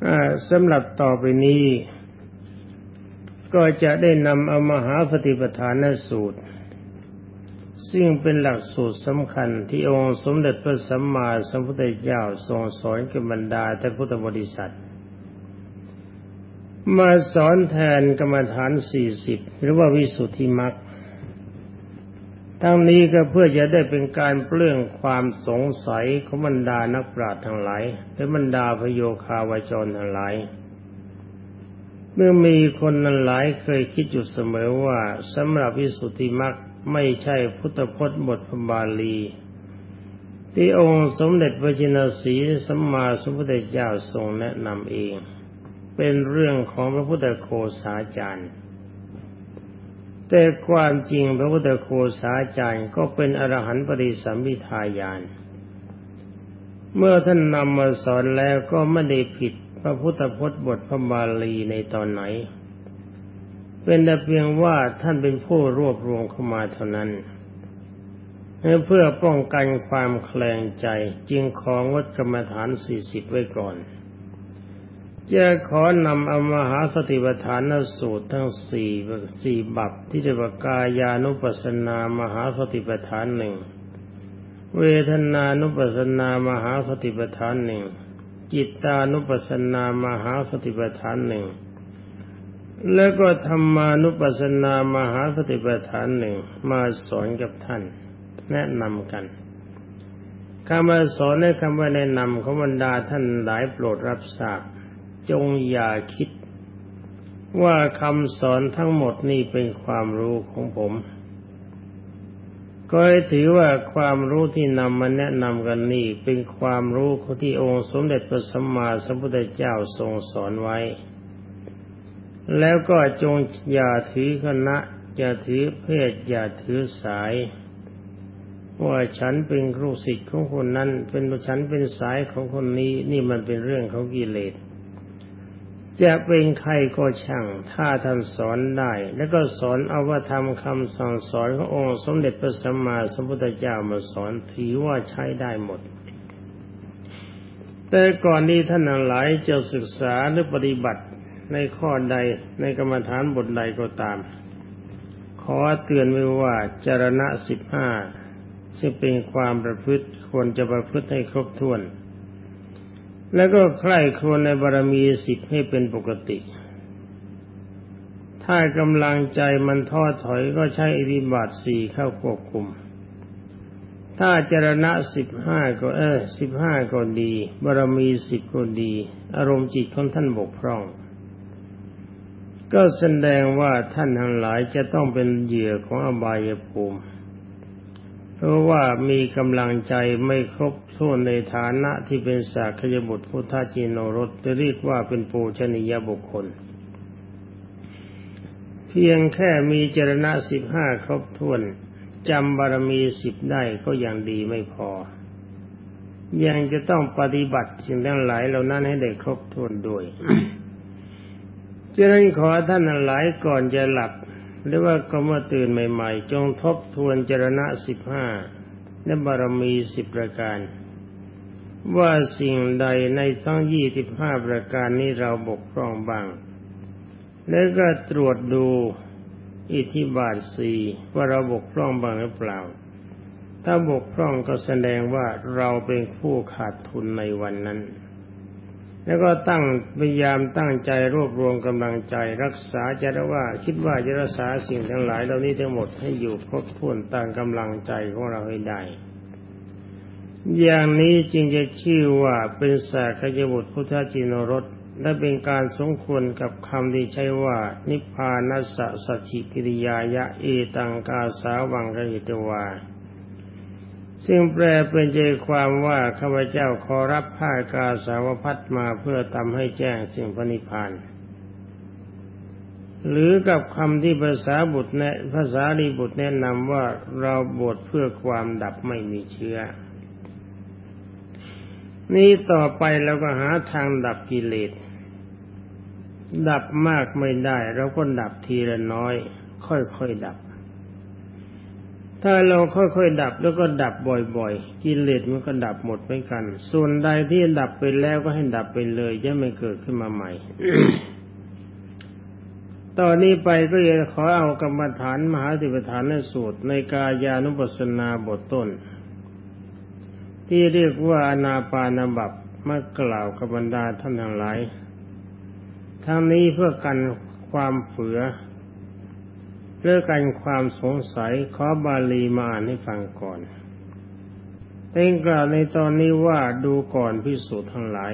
สำหรับต่อไปนี้ก็จะได้นำเอามหาปฏิปทานสูตรซึ่งเป็นหลักสูตรสำคัญที่องค์สมเด็จพระสัมมาสัมพุทธเจ้าทรงสอนแก่บรรดาท่านพุทธบริษัทมาสอนแทนกรรมฐาน40หรือว่าวิสุทธิมรรคทั้งนี้ก็เพื่อจะได้เป็นการเปลื้องความสงสัยของบรรดานักปราชญ์ทั้งหลายและบรรดาพโยคาวจรทั้งหลายเมื่อมีคนนั้นหลายเคยคิดอยู่เสมอว่าสำหรับวิสุทธิมรรคไม่ใช่พุทธพจน์บทพระบาลีที่องค์สมเด็จพระจินสีห์สัมมาสัมพุทธเจ้าทรงแนะนำเองเป็นเรื่องของพระพุทธโฆษาจารย์แต่ความจริงพระพุทธโฆษาจารย์ก็เป็นอรหันต์ปริสัมภิทาญาณเมื่อท่านนำมาสอนแล้วก็ไม่ได้ผิดพระพุทธพจน์บทพระบาลีในตอนไหนเป็นแต่เพียงว่าท่านเป็นผู้รวบรวมเข้ามาเท่านั้นเพื่อป้องกันความแคลงใจจึงของดกรรมฐาน40ไว้ก่อนจะขอนำเอามหาสติปัฏฐานสูตรทั้ง4บัพที่เรียกว่ากายานุปัสสนามหาสติปัฏฐาน1เวทนานุปัสสนามหาสติปัฏฐาน1จิตตานุปัสสนามหาสติปัฏฐาน1แล้วก็ธรรมานุปัสสนามหาสติปัฏฐาน1มาสอนกับท่านแนะนำกันคำสอนในคำว่าแนะนำของบรรดาท่านหลายโปรดรับทราบจงอย่าคิดว่าคำสอนทั้งหมดนี่เป็นความรู้ของผมก็ให้ถือว่าความรู้ที่นำมาแนะนำกันนี่เป็นความรู้ของที่องค์สมเด็จพระสัมมาสัมพุทธเจ้าทรงสอนไว้แล้วก็จงอย่าถือคณะอย่าถือเพศอย่าถือสายว่าฉันเป็นลูกศิษย์ของคนนั้นเป็นฉันเป็นสายของคนนี้นี่มันเป็นเรื่องของกิเลสจะเป็นใครก็ช่างถ้าท่านสอนได้แล้วก็สอนเอาว่าทำคำสั่งสอนขององค์สมเด็จพระสัมมาสัมพุทธเจ้ามาสอนถือว่าใช้ได้หมดแต่ก่อนนี้ท่านทั้งหลายจะศึกษาหรือปฏิบัติในข้อใดในกรรมฐานบทใดก็ตามขอเตือนไว้ว่าจรณะ15ซึ่งเป็นความประพฤติควรจะประพฤติให้ครบถ้วนแล้วก็ใคร่ครวญในบารมี10ให้เป็นปกติถ้ากำลังใจมันท้อถอยก็ใช้อิทธิบาท4เข้าควบคุมถ้าจรณะ15ก็ดีบารมี10ก็ดีอารมณ์จิตของท่านบกพร่องก็แสดงว่าท่านทั้งหลายจะต้องเป็นเหยื่อของอบายภูมิเพราะว่ามีกำลังใจไม่ครบถ้วนในฐานะที่เป็นสากยบุตรพุทธจิโนรสจะเรียกว่าเป็นปูชนียบุคคลเพียงแค่มีจรณะ15ครบถ้วนจำบารมี10ได้ก็ยังดีไม่พอยังจะต้องปฏิบัติสิ่งทั้งหลายเหล่านั้นให้ได้ครบถ้วนด้วยฉะนั้นขอท่านทั้งหลายก่อนจะหลับหรือว่าก็เมื่อตื่นใหม่ๆจงทบทวนจรณะ15และบารมี10ประการว่าสิ่งใดในทั้ง25ประการนี้เราบกพร่องบ้างแล้วก็ตรวจดูอิทธิบาท4ว่าเราบกพร่องบ้างหรือเปล่าถ้าบกพร่องก็แสดงว่าเราเป็นผู้ขาดทุนในวันนั้นแล้วก็พยายามตั้งใจรวบรวมกำลังใจรักษาใจว่าคิดว่าจะรักษาสิ่งทั้งหลายเหล่านี้ทั้งหมดให้อยู่ครบถ้วนตามกำลังใจของเราให้ได้อย่างนี้จึงจะชื่อว่าเป็นสากยบุตรพุทธจิโนรสและเป็นการสมควรกับคำที่ใช้ว่านิพพานัสสะสัจฉิกิริยายะเอตังกาสาวังกหิตวาซึ่งแปลเป็นใจความว่าข้าพเจ้าขอรับผ้ากาสาวพัสมาเพื่อทำให้แจ้งสิ่งพระนิพพานหรือกับคำที่ภาษาลีบุตรแนะนำว่าเราบวชเพื่อความดับไม่มีเชื้อนี้ต่อไปเราก็หาทางดับกิเลสดับมากไม่ได้เราก็ดับทีละน้อยค่อยๆดับถ้าเราค่อยๆดับแล้วก็ดับบ่อยๆกิเลสมันก็ดับหมดเหมือนกันส่วนใดที่ดับไปแล้วก็ให้ดับไปเลยอย่าไม่เกิดขึ้นมาใหม่ ตอนนี้ไปก็จะขอเอากรรมฐานมหาสติปัฏฐานสูตรในกายานุปัสสนาบทต้นที่เรียกว่าอานาปานบัพมากล่าวกับบรรดาท่านทั้งหลายทั้งนี้เพื่อกันความเฝือเพื่อกันความสงสัยขอบาลีมาอ่านให้ฟังก่อนเต็งกล่าวในตอนนี้ว่าดูก่อนภิกษุทั้งหลาย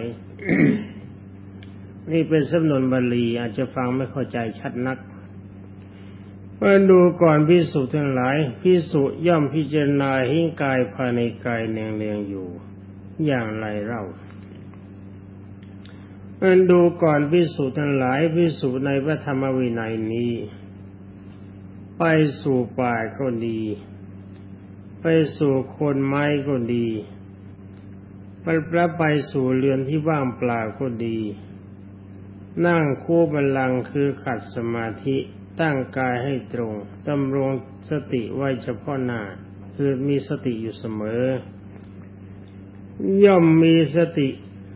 นี่เป็นสำนวนบาลีอาจจะฟังไม่เข้าใจชัดนักเมื่อดูก่อนภิกษุทั้งหลายภิกษุย่อมพิจารณาเห็นกายภายในกายเนืองๆอยู่อย่างไรเล่าเมื่อดูก่อนภิกษุทั้งหลายภิกษุในพระธรรมวินัยนี้ไปสู่ป่าก็ดีไปสู่โคนไม้ก็ดีไปสู่เรือนที่ว่างเปล่าก็ดีนั่งคู่บัลลังก์คือขัดสมาธิตั้งกายให้ตรงดำรงสติไว้เฉพาะหน้าคือมีสติอยู่เสมอย่อมมีสติ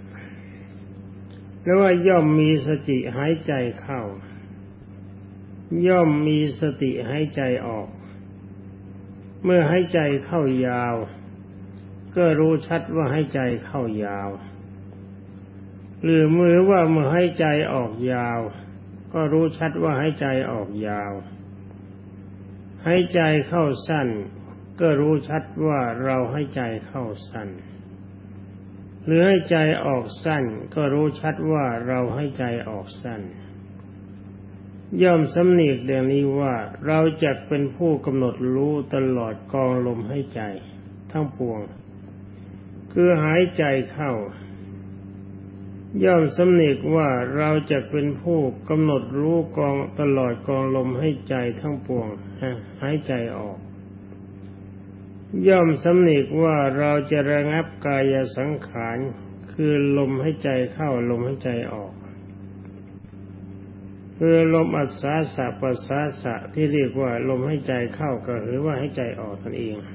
หรือว่าย่อมมีสติหายใจเข้าย่อมมีสติหายใจออกเมื่อหายใจเข้ายาวก็รู้ชัดว่าหายใจเข้ายาวหรือเมื่อหายใจออกยาวก็รู้ชัดว่าหายใจออกยาวหายใจเข้าสั้นก็รู้ชัดว่าเราหายใจเข้าสั้นหรือหายใจออกสั้นก็รู้ชัดว่าเราหายใจออกสั้นย่อมสำเนียกดังนี้ว่าเราจักเป็นผู้กำหนดรู้ตลอดกองลมหายใจทั้งปวงคือหายใจเข้าย่อมสำเนียกว่าเราจะเป็นผู้กำหนดรู้กองตลอดกองลมให้ใจทั้งปวงหายใจออกย่อมสำเนียกว่าเราจะระงับกายสังขารคือลมให้ใจเข้าลมให้ใจออกคือลมอัศสาสะปัสสาสะที่เรียกว่าลมให้ใจเข้าก็คือว่าให้ใจออกนั่นเอง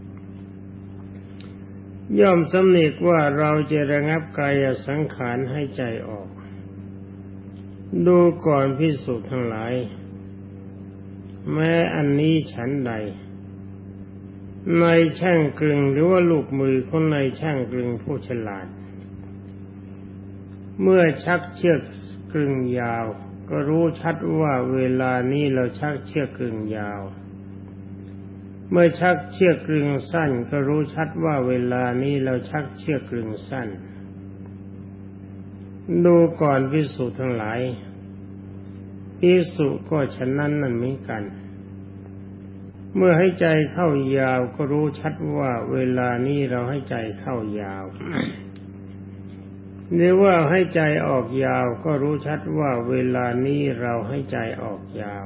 ย่อมสำเนียกว่าเราจะระงับกายสังขารให้ใจออกดูก่อนภิกษุทั้งหลายแม้อันนี้ฉันใดในช่างกลึงหรือว่าลูกมือของในช่างกลึงผู้ฉลาดเมื่อชักเชือกกลึงยาวก็รู้ชัดว่าเวลานี้เราชักเชือกกลึงยาวเมื่อชักเชือกกลึงสั้นก็รู้ชัดว่าเวลานี้เราชักเชือกกลึงสั้นดูก่อนภิกษุทั้งหลายภิกษุก็ฉะนั้นนั่นเหมือนกันเมื่อให้ใจเข้ายาวก็รู้ชัดว่าเวลานี้เราให้ใจเข้ายาวหรือว่าให้ใจออกยาวก็รู้ชัดว่าเวลานี้เราให้ใจออกยาว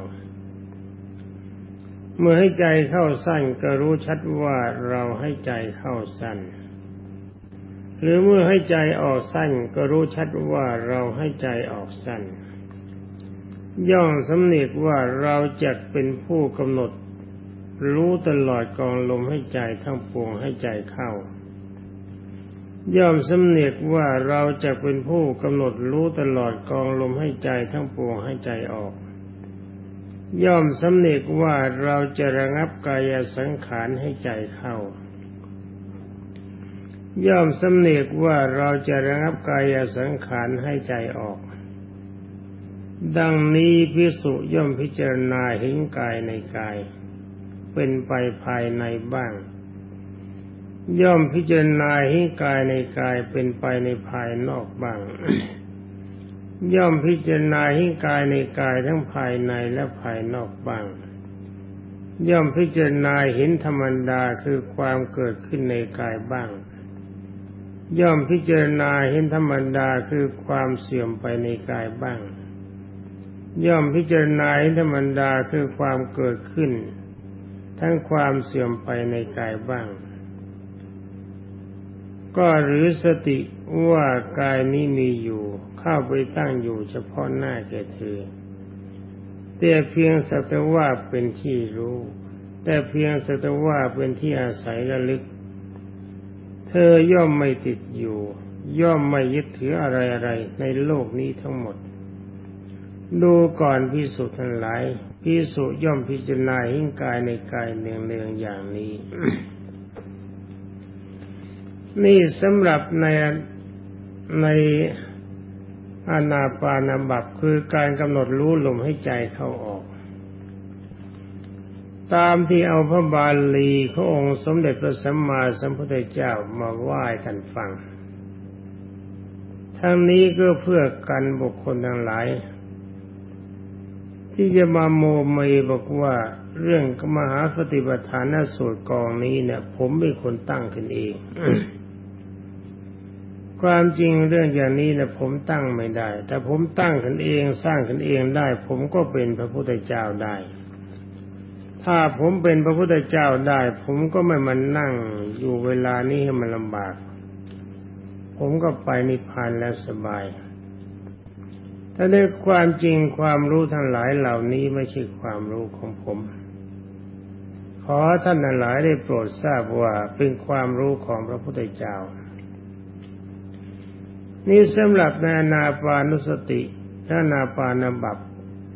เมื่อให้ใจเข้าสั้นก็รู้ชัดว่าเราให้ใจเข้าสั้นหรือเมื่อให้ใจออกสั้นก็รู้ชัดว่าเราให้ใจออกสั้นย่อมสำเนียกว่าเราจักเป็นผู้กำหนดรู้ตลอดกองลมให้ใจทั้งปวงให้ใจเข้าย่อมสำเนียกว่าเราจักเป็นผู้กำหนดรู้ตลอดกองลมให้ใจทั้งปวงให้ใจออกย่อมสำเนียกว่าเราจะระงับกายสังขารให้ใจเข้าย่อมสำเนียกว่าเราจะระงับกายสังขารให้ใจออกดังนี้ภิกษุย่อมพิจารณาเห็นกายในกายเป็นไปภายในบ้างย่อมพิจารณาเห็นกายในกายเป็นไปในภายนอกบ้างย่อมพิจารณาเห็นกายในกายทั้งภายในและภายนอกบ้างย่อมพิจารณาเห็นธรรมดาคือความเกิดขึ้นในกายบ้างย่อมพิจารณาเห็นธรรมดาคือความเสื่อมไปในกายบ้างย่อมพิจารณาเห็นธรรมดาคือความเกิดขึ้นทั้งความเสื่อมไปในกายบ้างก็หรือสติว่ากายนี้มีอยู่เข้าไปตั้งอยู่เฉพาะหน้าแก่เธอแต่เพียงสักแต่ว่าเป็นที่รู้แต่เพียงแต่ว่าเป็นที่อาศัยระลึกเธอย่อมไม่ติดอยู่ย่อมไม่ยึดถืออะไรๆในโลกนี้ทั้งหมดดูก่อนภิกษุทั้งหลายภิกษุย่อมพิจารณาหิ้งกายในกายเนืองๆอย่างนี้ นี่สำหรับในอานาปานบัพคือการกำหนดรู้ลมให้ใจเข้าออกตามที่เอาพระบาลีขององค์สมเด็จพระสัมมาสัมพุทธเจ้ามาว่าให้ท่านฟังทั้งนี้ก็เพื่อกันบุคคลทั้งหลายที่จะมาโมเมบอกว่าเรื่องมหาสติปัฏฐานสูตรกองนี้เนี่ยผมเป็นคนตั้งขึ้นเอง ความจริงเรื่องอย่างนี้นะผมตั้งไม่ได้แต่ผมตั้งขึ้นเองสร้างขึ้นเองได้ผมก็เป็นพระพุทธเจ้าได้ถ้าผมเป็นพระพุทธเจ้าได้ผมก็ไม่มานั่งอยู่เวลานี้ให้มันลำบากผมก็ไปนิพพานแล้วสบายแต่ในความจริงความรู้ทั้งหลายเหล่านี้ไม่ใช่ความรู้ของผมขอท่านทั้งหลายได้โปรดทราบว่าเป็นความรู้ของพระพุทธเจ้านี่สำหรับในอานาปานุสติและอานาปานบัพ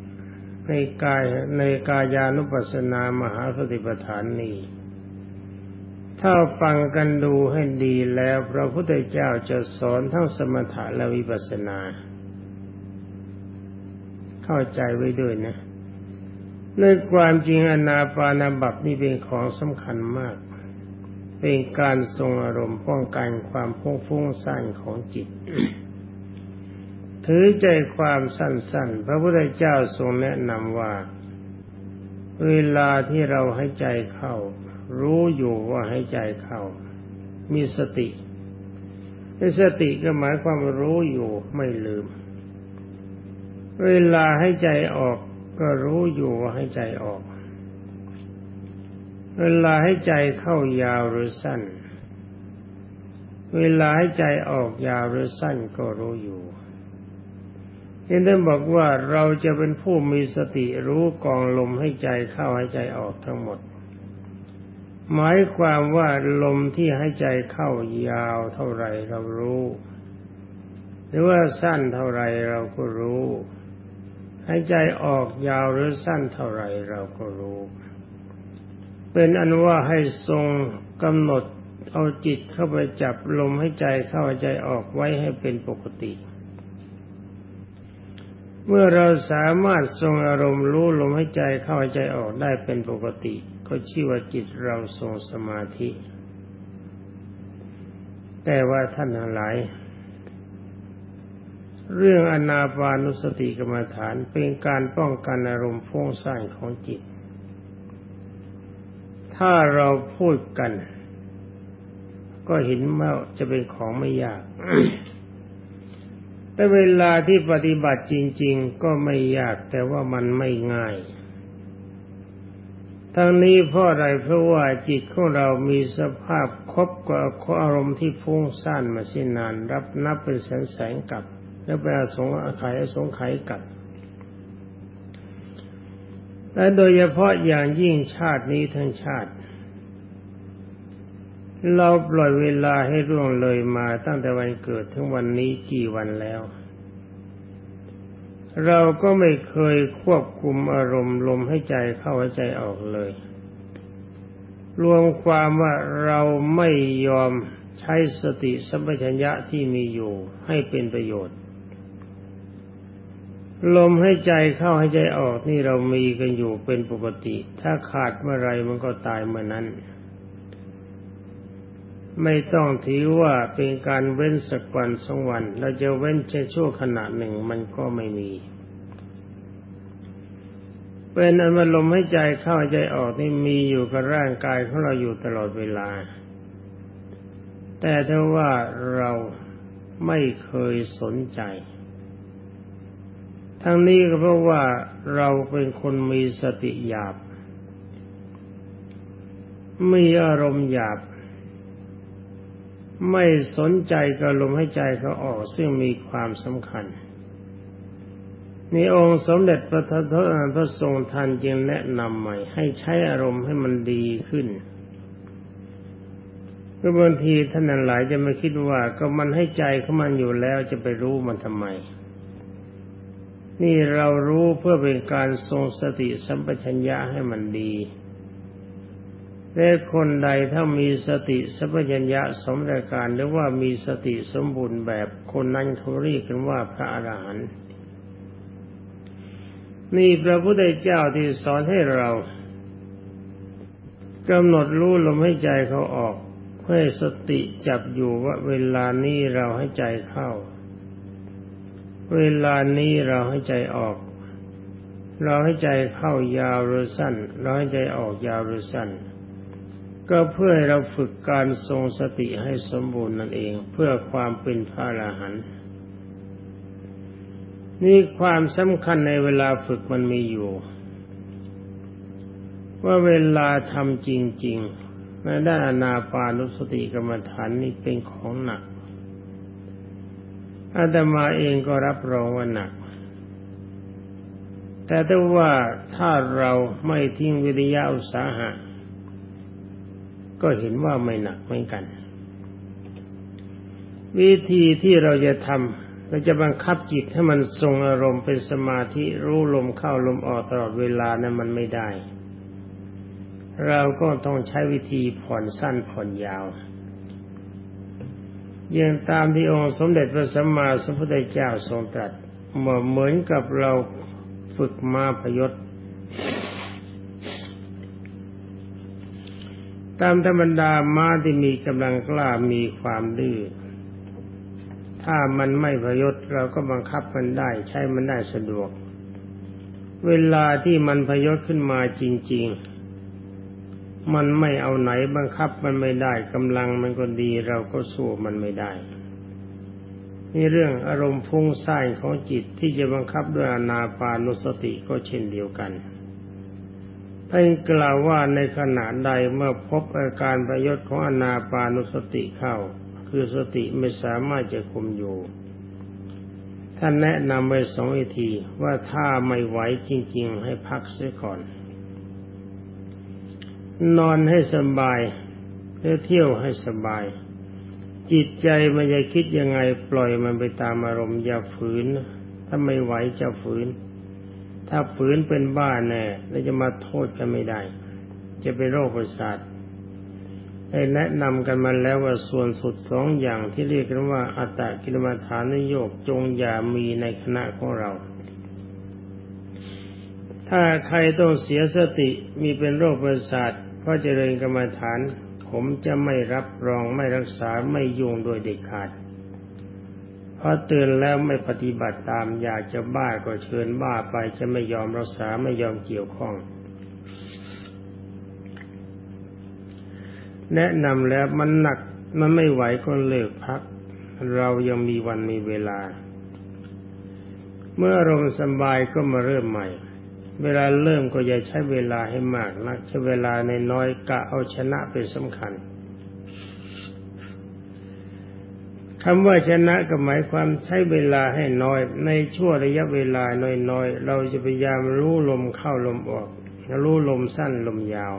ในกายานุปัสสนามหาสติปัฏฐานนี้ถ้าฟังกันดูให้ดีแล้วพระพุทธเจ้าจะสอนทั้งสมถะและวิปัสสนาเข้าใจไว้ด้วยนะในความจริงอานาปานบัพนี่เป็นของสำคัญมากเป็นการทรงอารมณ์ป้องกันความฟุ้งซ่านของจิต ถือใจความสั้นๆพระพุทธเจ้าทรงแนะนำว่าเวลาที่เราให้ใจเข้ารู้อยู่ว่าให้ใจเข้ามีสติสติก็หมายความรู้อยู่ไม่ลืมเวลาให้ใจออกก็รู้อยู่ว่าให้ใจออกเวลาให้ใจเข้ายาวหรือสั้นเวลาให้ใจออกยาวหรือสั้นก็รู้อยู่ท่านบอกว่าเราจะเป็นผู้มีสติรู้กองลมให้ใจเข้าให้ใจออกทั้งหมดหมายความว่าลมที่ให้ใจเข้ายาวเท่าไรเรารู้หรือว่าสั้นเท่าไรเราก็รู้ให้ใจออกยาวหรือสั้นเท่าไรเราก็รู้เป็นอันว่าให้ทรงกำหนดเอาจิตเข้าไปจับลมให้ใจเข้าใจออกไว้ให้เป็นปกติเมื่อเราสามารถทรงอารมณ์รู้ลมให้ใจเข้าใจออกได้เป็นปกติก็ชื่อว่าจิตเราทรงสมาธิแต่ว่าท่านทั้งหลายเรื่องอานาปานุสติกรรมฐานเป็นการป้องกันอารมณ์ฟุ้งซ่านของจิตถ้าเราพูดกันก็เห็นว่าจะเป็นของไม่ยาก แต่เวลาที่ปฏิบัติจริงๆก็ไม่ยากแต่ว่ามันไม่ง่ายทั้งนี้เพราะอะไรเพราะว่าจิตของเรามีสภาพคบกับอารมณ์ที่ฟุ้งซ่านมาเสียนานนับเป็นแสนๆกับแล้วไปอสงไขยกับและโดยเฉพาะอย่างยิ่งชาตินี้ทั้งชาติเราปล่อยเวลาให้ล่วงเลยมาตั้งแต่วันเกิดถึงวันนี้กี่วันแล้วเราก็ไม่เคยควบคุมอารมณ์ลมให้ใจเข้าให้ใจออกเลยรวมความว่าเราไม่ยอมใช้สติสัมปชัญญะที่มีอยู่ให้เป็นประโยชน์ลมให้ใจเข้าให้ใจออกนี่เรามีกันอยู่เป็นปกติถ้าขาดเมื่อไรมันก็ตายเมื่อนั้นไม่ต้องถือว่าเป็นการเว้นสักวันสองวันเราจะเว้นแค่ชั่วขณะหนึ่งมันก็ไม่มีเป็นอันว่าลมให้ใจเข้าใจออกนี่มีอยู่กับร่างกายของเราอยู่ตลอดเวลาแต่ถ้าว่าเราไม่เคยสนใจทั้งนี้ก็เพราะว่าเราเป็นคนมีสติหยาบมีอารมณ์หยาบไม่สนใจกับลมให้ใจเขาออกซึ่งมีความสำคัญนี่องค์สมเด็จพระทรงทันจึงแนะนำใหม่ให้ใช้อารมณ์ให้มันดีขึ้นก็บางทีท่านนั้นหลายจะมาคิดว่าก็มันให้ใจของมันอยู่แล้วจะไปรู้มันทำไมนี่เรารู้เพื่อเป็นการทรงสติสัมปชัญญะให้มันดีแต่คนใดถ้ามีสติสัมปชัญญะสมประการหรือว่ามีสติสมบูรณ์แบบคนนั้นเขาเรียกกันว่าพระอรหันต์นี่พระพุทธเจ้าที่สอนให้เรากำหนดรู้ลมหายใจเขาออกเพื่อสติจับอยู่ว่าเวลานี้เราให้ใจเข้าเวลานี้เราให้ใจออกเราให้ใจเข้ายาวหรือสั้นเราให้ใจออกยาวหรือสั้นก็เพื่อให้เราฝึกการทรงสติให้สมบูรณ์นั่นเองเพื่อความเป็นพระอรหันต์นี่ความสำคัญในเวลาฝึกมันมีอยู่ว่าเวลาทำจริงๆในด้านอานาปานุสติกรรมฐานนี่เป็นของหนักอาตมาเองก็รับรองว่าหนักแต่ถ้าว่าถ้าเราไม่ทิ้งวิริยะอุตสาหะก็เห็นว่าไม่หนักเหมือนกันวิธีที่เราจะทำเราจะบังคับจิตให้มันทรงอารมณ์เป็นสมาธิรู้ลมเข้าลมออกตลอดเวลานั้นมันไม่ได้เราก็ต้องใช้วิธีผ่อนสั้นผ่อนยาวอย่างตามที่องค์สมเด็จพระสัมมาสัมพุทธเจ้าทรงตรัสเหมือนกับเราฝึกม้าพยศตามธรรมดาม้าที่มีกำลังกล้ามีความดื้อถ้ามันไม่พยศเราก็บังคับมันได้ใช้มันได้สะดวกเวลาที่มันพยศขึ้นมาจริงๆมันไม่เอาไหนบังคับมันไม่ได้กำลังมันก็ดีเราก็สู้มันไม่ได้นี่เรื่องอารมณ์ฟุ้งซ่านของจิตที่จะบังคับด้วยอานาปานุสติก็เช่นเดียวกันท่านกล่าวว่าในขณะใดเมื่อพบอาการพยศของอานาปานุสติเข้าคือสติไม่สามารถจะคุมอยู่ท่านแนะนำไว้สองวิธีว่าถ้าไม่ไหวจริงๆให้พักเสียก่อนนอนให้สบายหรือเที่ยวให้สบายจิตใจมันจะคิดยังไงปล่อยมันไปตามอารมณ์อย่าฝืนถ้าไม่ไหวจะฝืนถ้าฝืนเป็นบ้าแน่แล้วจะมาโทษกันไม่ได้จะเป็นโรคประสาทได้แนะนำกันมาแล้วว่าส่วนสุดสองอย่างที่เรียกกันว่าอัตตกิลมัฏฐานโยกจงอย่ามีในคณะของเราถ้าใครต้องเสียสติมีเป็นโรคประสาทเพราะเจริญกรรมฐานผมจะไม่รับรองไม่รักษาไม่ยุ่งโดยเด็ดขาดเพราะเตือนแล้วไม่ปฏิบัติตามอยากจะบ้าก็เชิญบ้าไปจะไม่ยอมรักษาไม่ยอมเกี่ยวข้องแนะนำแล้วมันหนักมันไม่ไหวก็เลิกพักเรายังมีวันมีเวลาเมื่ออารมณ์สบายก็มาเริ่มใหม่เวลาเริ่มก็อย่าใช้เวลาให้มากนักใช้เวลาในน้อยกะเอาชนะเป็นสำคัญคำว่าชนะก็หมายความใช้เวลาให้น้อยในช่วงระยะเวลาน้อยๆเราจะพยายามรู้ลมเข้าลมออกรู้ลมสั้นลมยาว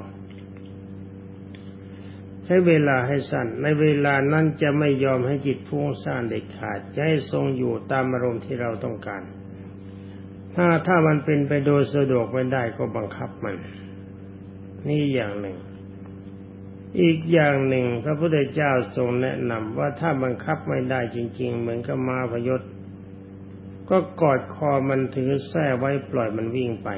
ใช้เวลาให้สั้นในเวลานั้นจะไม่ยอมให้จิตฟุ้งซ่านเด็ดขาดจะให้ทรงอยู่ตามอารมณ์ที่เราต้องการถ้ามันเป็นไปโดยสะดวกไม่ได้ก็บังคับมันนี่อย่างหนึ่งอีกอย่างหนึ่งพระพุทธเจ้าทรงแนะนำว่าถ้าบังคับไม่ได้จริงๆเหมือนกับม้าพยศก็กอดคอมันถือแส้ไว้ปล่อยมันวิ่งไป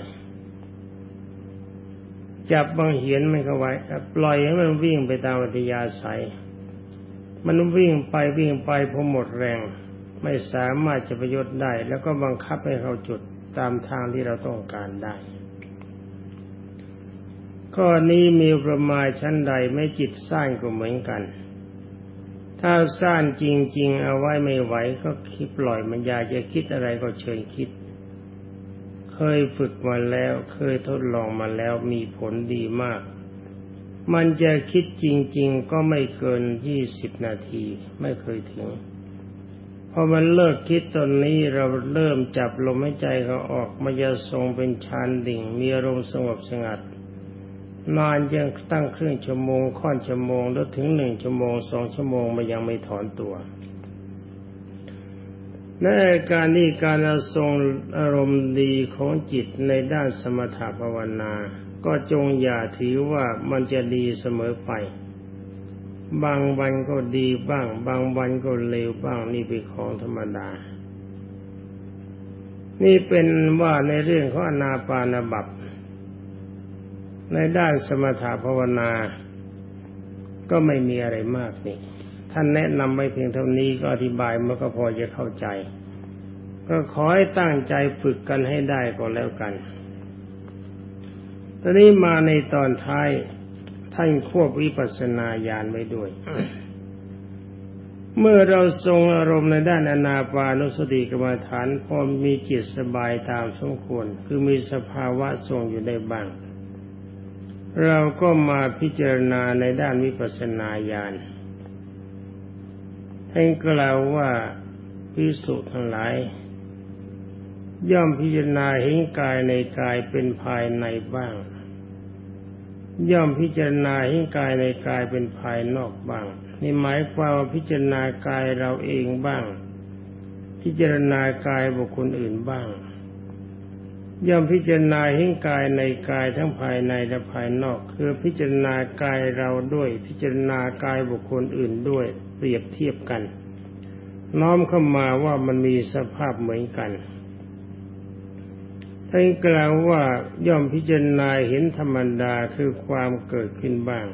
จับบังเหียนมันเข้าไว้ปล่อยให้มันวิ่งไปตามอัธยาศัยมันวิ่งไปพอหมดแรงไม่สามารถจะพยศได้แล้วก็บังคับให้เข้าจุดตามทางที่เราต้องการได้ข้อนี้มีประมาณชั้นใดไม่จิตซ่านก็เหมือนกันถ้าซ่านจริงๆเอาไว้ไม่ไหวก็คิดปล่อยมันอยากจะคิดอะไรก็เชิญคิดเคยฝึกมาแล้วเคยทดลองมาแล้วมีผลดีมากมันจะคิดจริงๆก็ไม่เกิน20 นาทีไม่เคยถึงพพอมันเลิกคิดตอนนี้เราเริ่มจับลมหายใจเขาออกมันจะทรงเป็นฌานดิ่งมีอารมณ์สงบสงัดนานยังตั้งครึ่งชั่วโมงค่อนชั่วโมงแล้วถึง1 ชั่วโมง2 ชั่วโมงมันยังไม่ถอนตัวในการนี้การทรงอารมณ์ดีของจิตในด้านสมถภาวนาก็จงอย่าถือว่ามันจะดีเสมอไปบางวันก็ดีบ้างบางวันก็เลวบ้างนี่เป็นของธรรมดานี่เป็นว่าในเรื่องของอานาปานบัพในด้านสมถภาวนาก็ไม่มีอะไรมากนี่ท่านแนะนำไว้เพียงเท่านี้ก็อธิบายมันก็พอจะเข้าใจก็ขอให้ตั้งใจฝึกกันให้ได้ก็แล้วกันตอนนี้มาในตอนท้ายท่านควบวิปัสสนาญาณไว้ด้วย เมื่อเราทรงอารมณ์ในด้านอานาปานุสติกรรมฐานพอมีจิตสบายตามสมควรคือมีสภาวะทรงอยู่ได้บ้างเราก็มาพิจารณาในด้านวิปัสสนาญาณท่านกล่าวว่าภิกษุทั้งหลายย่อมพิจารณาเห็นกายในกายเป็นภายในบ้างย่อมพิจารณาเห็นกายในกายเป็นภายนอกบ้างนี่หมายความว่าพิจารณากายเราเองบ้างพิจารณากายบุคคลอื่นบ้างย่อมพิจารณาเห็นกายในกายทั้งภายในและภายนอกคือพิจารณากายเราด้วยพิจารณากายบุคคลอื่นด้วยเปรียบเทียบกันน้อมเข้ามาว่ามันมีสภาพเหมือนกันท่านกล่าวว่าย่อมพิจารณาเห็นธรรมดาคือความเกิดขึ้นบ้าง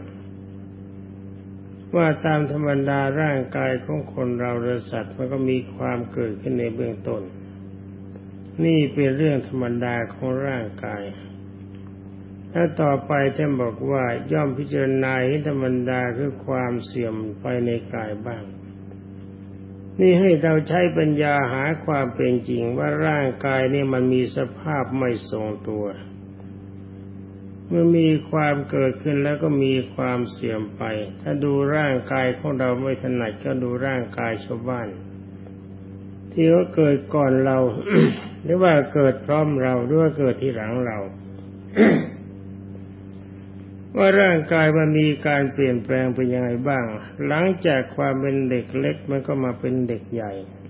ว่าตามธรรมดาร่างกายของคนเราและสัตว์มันก็มีความเกิดขึ้นในเบื้องต้นนี่เป็นเรื่องธรรมดาของร่างกายถ้าต่อไปท่านบอกว่าย่อมพิจารณาเห็นธรรมดาคือความเสื่อมไปในกายบ้างนี่ให้เราใช้ปัญญาหาความเป็นจริงว่าร่างกายนี่มันมีสภาพไม่ทรงตัวเมื่อมีความเกิดขึ้นแล้วก็มีความเสื่อมไปถ้าดูร่างกายของเราไม่ถนัดก็ดูร่างกายชาวบ้านที่เขาเกิดก่อนเรา หรือว่าเกิดพร้อมเราหรือว่าเกิดที่หลังเรา ว่าร่างกายมันมีการเปลี่ยนแปลงเป็นยังไงบ้างหลังจากความเป็นเด็กเล็กมันก็มาเป็นเด็กใหญ่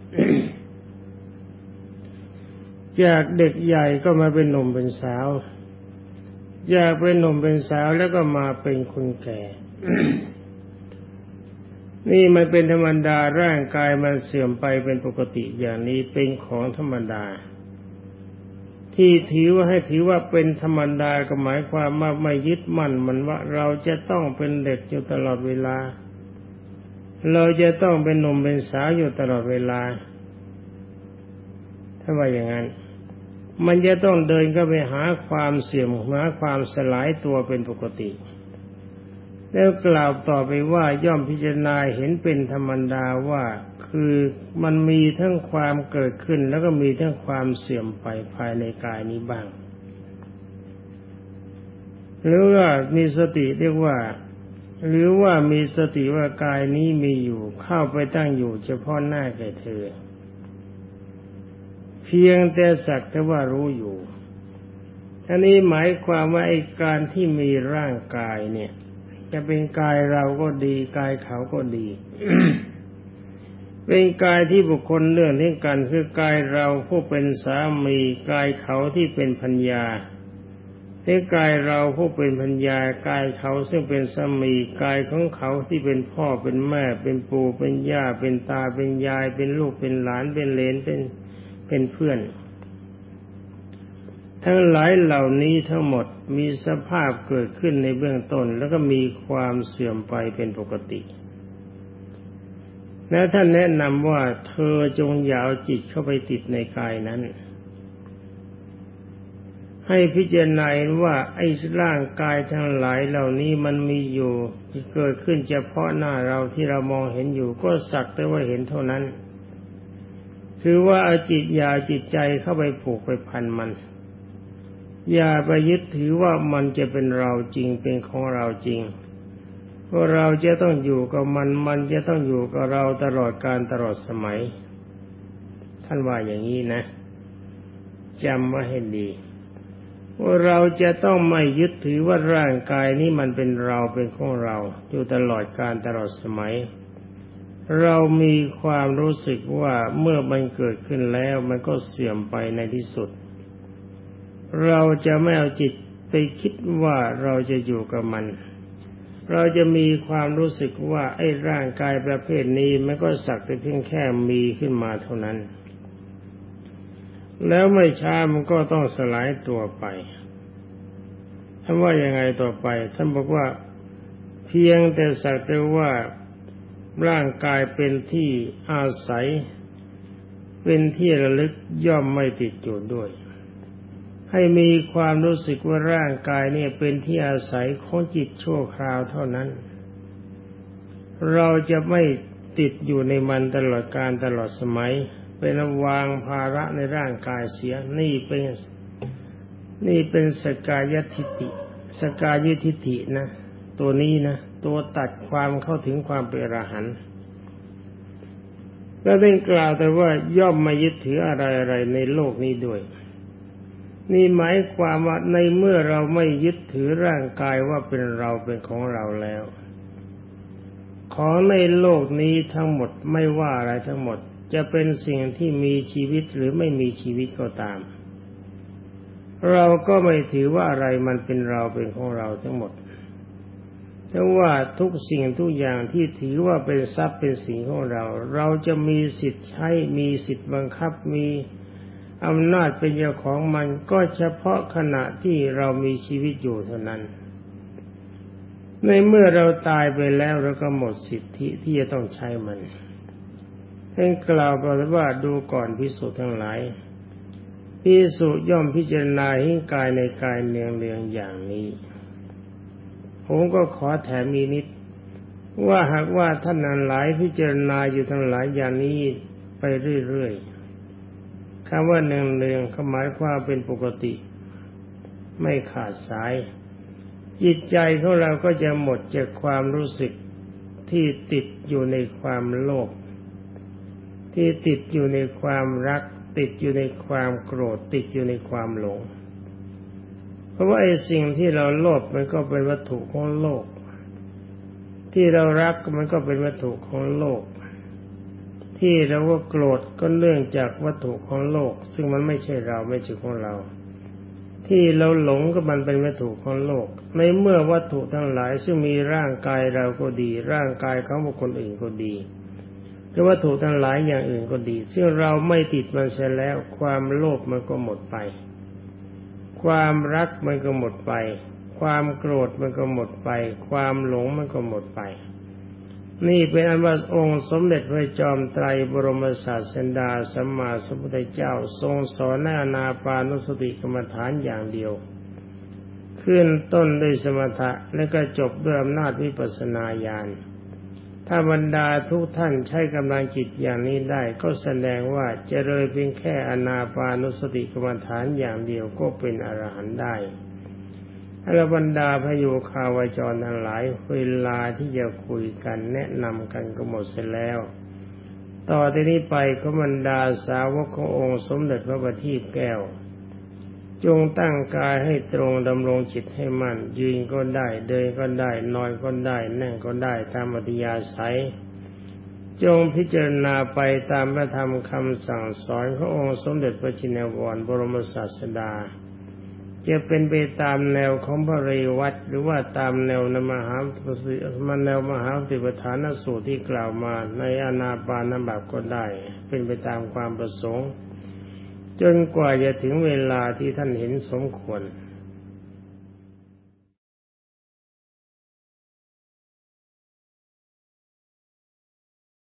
จากเด็กใหญ่ก็มาเป็นหนุ่มเป็นสาวอยากเป็นหนุ่มเป็นสาวแล้วก็มาเป็นคนแก่ นี่มันเป็นธรรมดาร่างกายมันเสื่อมไปเป็นปกติอย่างนี้เป็นของธรรมดาที่ถือว่าเป็นธรรมดาก็หมายความว่าไม่ยึดมั่นมันว่าเราจะต้องเป็นเด็กอยู่ตลอดเวลาเราจะต้องเป็นหนุ่มเป็นสาวอยู่ตลอดเวลาถ้าว่าอย่างนั้นมันจะต้องเดินก็ไปหาความเสื่อมหาความสลายตัวเป็นปกติแล้วกล่าวต่อไปว่าย่อมพิจารณาเห็นเป็นธรรมดาว่าคือมันมีทั้งความเกิดขึ้นแล้วก็มีทั้งความเสื่อมไปภายในกายนี้บ้างหรือว่ามีสติเรียกว่าหรือว่ามีสติว่ากายนี้มีอยู่เข้าไปตั้งอยู่เฉพาะหน้าแก่เธอเพียงแต่สักแต่ว่ารู้อยู่อันนี้หมายความว่าไอ้การที่มีร่างกายเนี่ยจะเป็นกายเราก็ดีกายเขาก็ดี เป็นกายที่บุคคลเรื่องนี้กันคือกายเราผู้เป็นสามีกายเขาที่เป็นภรรยาที่กายเราผู้เป็นภรรยากายเขาซึ่งเป็นสามีกายของเขาที่เป็นพ่อเป็นแม่เป็นปู่เป็นย่าเป็นตาเป็นยายเป็นลูกเป็นหลานเป็นเหลนเป็นเพื่อนทั้งหลายเหล่านี้ทั้งหมดมีสภาพเกิดขึ้นในเบื้องต้นแล้วก็มีความเสื่อมไปเป็นปกติและท่านแนะนำว่าเธอจงอย่าเอาจิตเข้าไปติดในกายนั้นให้พิจารณาว่าไอ้ร่างกายทั้งหลายเหล่านี้มันมีอยู่ที่เกิดขึ้นเฉพาะหน้าเราที่เรามองเห็นอยู่ก็สักแต่ว่าเห็นเท่านั้นคือว่าเอาจิตใจเข้าไปผูกไปพันมันอย่าไปยึดถือว่ามันจะเป็นเราจริงเป็นของเราจริงว่าเราจะต้องอยู่กับมันจะต้องอยู่กับเราตลอดกาลตลอดสมัยท่านว่าอย่างนี้นะจำไว้ให้ดีว่าเราจะต้องไม่ยึดถือว่าร่างกายนี้มันเป็นเราเป็นของเราอยู่ตลอดกาลตลอดสมัยเรามีความรู้สึกว่าเมื่อมันเกิดขึ้นแล้วมันก็เสื่อมไปในที่สุดเราจะไม่เอาจิตไปคิดว่าเราจะอยู่กับมันเราจะมีความรู้สึกว่าไอ้ร่างกายประเภทนี้มันก็สักแต่เพียงแค่มีขึ้นมาเท่านั้นแล้วไม่ช้ามันก็ต้องสลายตัวไปท่านว่ายังไงต่อไปท่านบอกว่าเพียงแต่สักแต่ว่าร่างกายเป็นที่อาศัยเป็นที่ระลึกย่อมไม่ติดอยู่ด้วยให้มีความรู้สึกว่าร่างกายนี่เป็นที่อาศัยของจิตชั่วคราวเท่านั้นเราจะไม่ติดอยู่ในมันตลอดกาลตลอดสมัยเป็นวางภาระในร่างกายเสียนี่เป็นสกายทิฏฐิสกายทิฏฐินะตัวนี้นะตัวตัดความเข้าถึงความเป็นอรหันต์แล้วได้กล่าวแต่ว่าย่อมไม่ยึดถืออะไรๆในโลกนี้ด้วยนี่หมายความว่าในเมื่อเราไม่ยึดถือร่างกายว่าเป็นเราเป็นของเราแล้วของในโลกนี้ทั้งหมดไม่ว่าอะไรทั้งหมดจะเป็นสิ่งที่มีชีวิตหรือไม่มีชีวิตก็ตามเราก็ไม่ถือว่าอะไรมันเป็นเราเป็นของเราทั้งหมดแต่ว่าทุกสิ่งทุกอย่างที่ถือว่าเป็นทรัพย์เป็นสิ่งของเราเราจะมีสิทธิ์ใช้มีสิทธิ์บังคับมีอำนาจเป็นเจ้าของมันก็เฉพาะขณะที่เรามีชีวิตอยู่เท่านั้นในเมื่อเราตายไปแล้วเราก็หมดสิทธิที่จะต้องใช้มันท่านกล่าวว่าดูก่อนภิกษุทั้งหลายภิกษุย่อมพิจารณาเห็นกายในกายเนืองๆอย่างนี้ผมก็ขอแถมมีนิดว่าหากว่าท่านนั้นหลายพิจารณาอยู่ทั้งหลายอย่างนี้ไปเรื่อยๆคำว่าเนืองๆหมายความเป็นปกติไม่ขาดสายจิตใจของเราก็จะหมดจากความรู้สึกที่ติดอยู่ในความโลภที่ติดอยู่ในความรักติดอยู่ในความโกรธติดอยู่ในความหลงเพราะว่าไอ้สิ่งที่เราโลภมันก็เป็นวัตถุของโลกที่เรารักมันก็เป็นวัตถุของโลกที่เราว่าโกรธก็เนื่องจากวัตถุของโลกซึ่งมันไม่ใช่เราไม่ใช่ของเราที่เราหลงก็มันเป็นวัตถุของโลกในเมื่อวัตถุทั้งหลายซึ่งมีร่างกายเราก็ดีร่างกายของบุคคลอื่นก็ดีหรือวัตถุทั้งหลายอย่างอื่นก็ดีซึ่งเราไม่ติดมันเสียแล้วความโลภมันก็หมดไปความรักมันก็หมดไปความโกรธมันก็หมดไปความหลงมันก็หมดไปนี่เป็นอันว่าองค์สมเด็จพระจอมไตรบรมศาสดาสัมมาสัมพุทธเจ้าทรงสอนอานาปานุสติกรรมฐานอย่างเดียวขึ้นต้นด้วยสมถะและก็จบด้วยอำนาจวิปัสสนาญาณถ้าบรรดาทุกท่านใช้กำลังจิตอย่างนี้ได้ก็แสดงว่าเจริญเพียงแค่อานาปานุสติกรรมฐานอย่างเดียวก็เป็นอรหันต์ได้อรบรรดาพระโยคาวจรทั้งหลายเวลาที่จะคุยกันแนะนำกันก็หมดเสร็จแล้วต่อจากนี้ไปก็บรรดาสาวกขององค์สมเด็จพระบัณฑิตแก้วจงตั้งกายให้ตรงดำรงจิตให้มั่นยืนก็ได้เดินก็ได้นอนก็ได้นั่งก็ได้ตามอัธยาศัยจงพิจารณาไปตามพระธรรมคำสั่งสอนขององค์สมเด็จพระชินวรบรมศาสดาจะเป็นไปตามแนวของพระเรวัตหรือว่าตามแนวนมหาสติปัฏฐานสูตรที่กล่าวมาในอานาปานบัพก็ได้เป็นไปตามความประสงค์จนกว่าจะถึงเวลาที่ท่านเห็นสมควร